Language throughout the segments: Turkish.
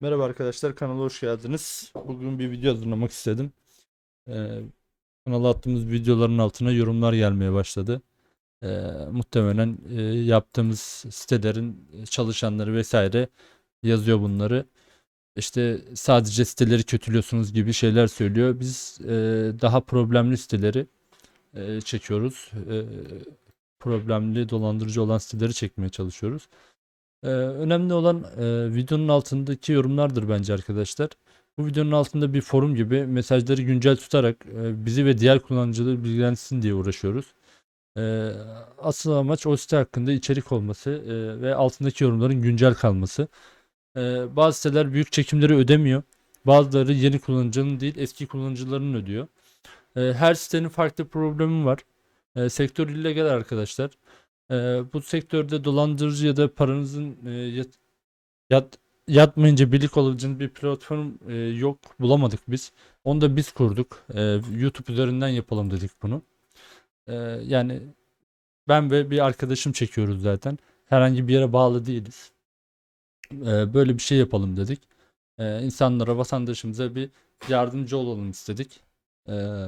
Merhaba arkadaşlar, kanala hoş geldiniz. Bugün bir video hazırlamak istedim. Ee, Kanala attığımız videoların altına yorumlar gelmeye başladı. Muhtemelen yaptığımız sitelerin çalışanları vesaire yazıyor bunları. İşte sadece siteleri kötülüyorsunuz gibi şeyler söylüyor. Biz daha problemli siteleri çekiyoruz. Problemli, dolandırıcı olan siteleri çekmeye çalışıyoruz. Önemli olan videonun altındaki yorumlardır bence arkadaşlar. Bu videonun altında bir forum gibi mesajları güncel tutarak bizi ve diğer kullanıcıları bilgilensin diye uğraşıyoruz. E, Asıl amaç o site hakkında içerik olması ve altındaki yorumların güncel kalması. Bazı siteler büyük çekimleri ödemiyor. Bazıları yeni kullanıcının değil eski kullanıcıların ödüyor. Her sitenin farklı problemi var. Sektör illegal arkadaşlar. Bu sektörde dolandırıcı ya da paranızın yat, yatmayınca birlik olabileceğiniz bir platform yok, bulamadık biz. Onu da biz kurduk. YouTube üzerinden yapalım dedik bunu. Yani ben ve bir arkadaşım çekiyoruz zaten. Herhangi bir yere bağlı değiliz. Böyle bir şey yapalım dedik. İnsanlara, vatandaşımıza bir yardımcı olalım istedik. Ee,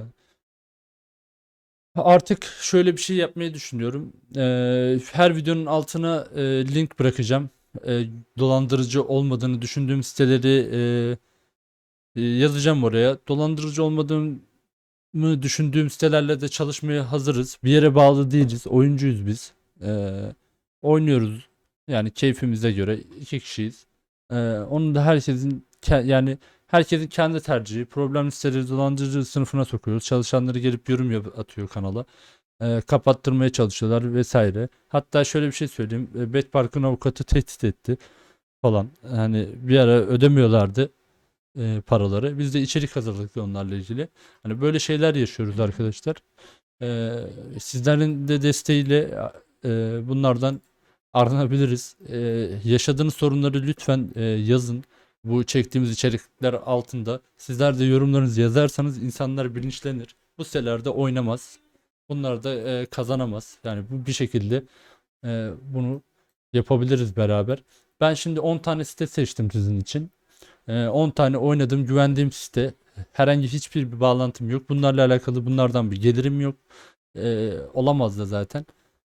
Artık şöyle bir şey yapmayı düşünüyorum. Her videonun altına link bırakacağım. Dolandırıcı olmadığını düşündüğüm siteleri yazacağım oraya. Dolandırıcı olmadığımı düşündüğüm sitelerle de çalışmaya hazırız. Bir yere bağlı değiliz. Oyuncuyuz biz. Oynuyoruz. Yani keyfimize göre iki kişiyiz. Onun da yani herkesin kendi tercihi. Problem siteleri dolandırıcı sınıfına sokuyoruz. Çalışanları gelip yorum atıyor kanala. Kapattırmaya çalışıyorlar vesaire. Hatta şöyle bir şey söyleyeyim. Bet avukatı tehdit etti falan. Hani bir ara ödemiyorlardı paraları. Biz de içerik hazırladık onlarla ilgili. Hani böyle şeyler yaşıyoruz arkadaşlar. Sizlerin de desteğiyle bunlardan arınabiliriz. Yaşadığınız sorunları lütfen yazın. Bu çektiğimiz içerikler altında. Sizler de yorumlarınızı yazarsanız insanlar bilinçlenir. Bu sitelerde oynamaz. Bunlar da kazanamaz. Yani bu bir şekilde bunu yapabiliriz beraber. Ben şimdi 10 tane site seçtim sizin için. 10 tane oynadığım, güvendiğim site. Herhangi hiçbir bir bağlantım yok. Bunlarla alakalı bunlardan bir gelirim yok. Olamaz da zaten.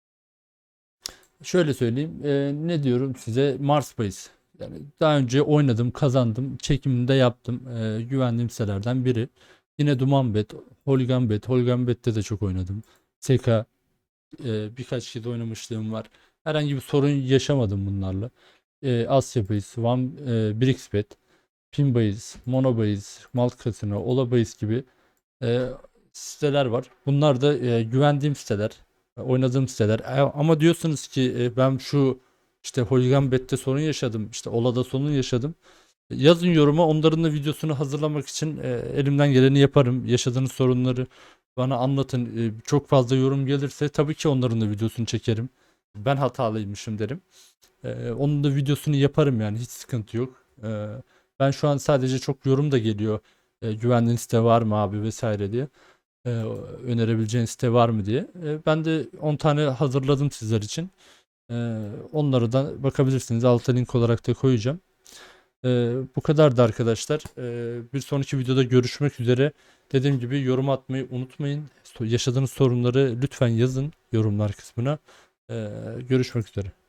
Şöyle söyleyeyim. Ne diyorum size? Marspace. Yani daha önce oynadım, kazandım. Çekimini de yaptım. Güvendiğim sitelerden biri. Yine Dumanbet, Holganbet. Holganbet'te de çok oynadım. Seka birkaç kez oynamışlığım var. Herhangi bir sorun yaşamadım bunlarla. Asyabase, Brixbet, Pinbase, Monobase, Malt Casino, Olabase gibi e, siteler var. Bunlar da güvendiğim siteler, oynadığım siteler. Ama diyorsunuz ki ben şu işte Hooligan sorun yaşadım, işte Ola'da sorun yaşadım. Yazın yoruma, onların da videosunu hazırlamak için elimden geleni yaparım. Yaşadığınız sorunları bana anlatın. Çok fazla yorum gelirse tabii ki onların da videosunu çekerim. Ben hatalıymışım derim. Onun da videosunu yaparım yani, hiç sıkıntı yok. Ben şu an sadece çok yorum da geliyor. Güvendiğin site var mı abi vesaire diye. Ee, Önerebileceğin site var mı diye. Ben de 10 tane hazırladım sizler için. Onlara da bakabilirsiniz. Alta link olarak da koyacağım. Bu kadar da arkadaşlar. Bir sonraki videoda görüşmek üzere. Dediğim gibi yorum atmayı unutmayın. Yaşadığınız sorunları lütfen yazın yorumlar kısmına. Görüşmek üzere.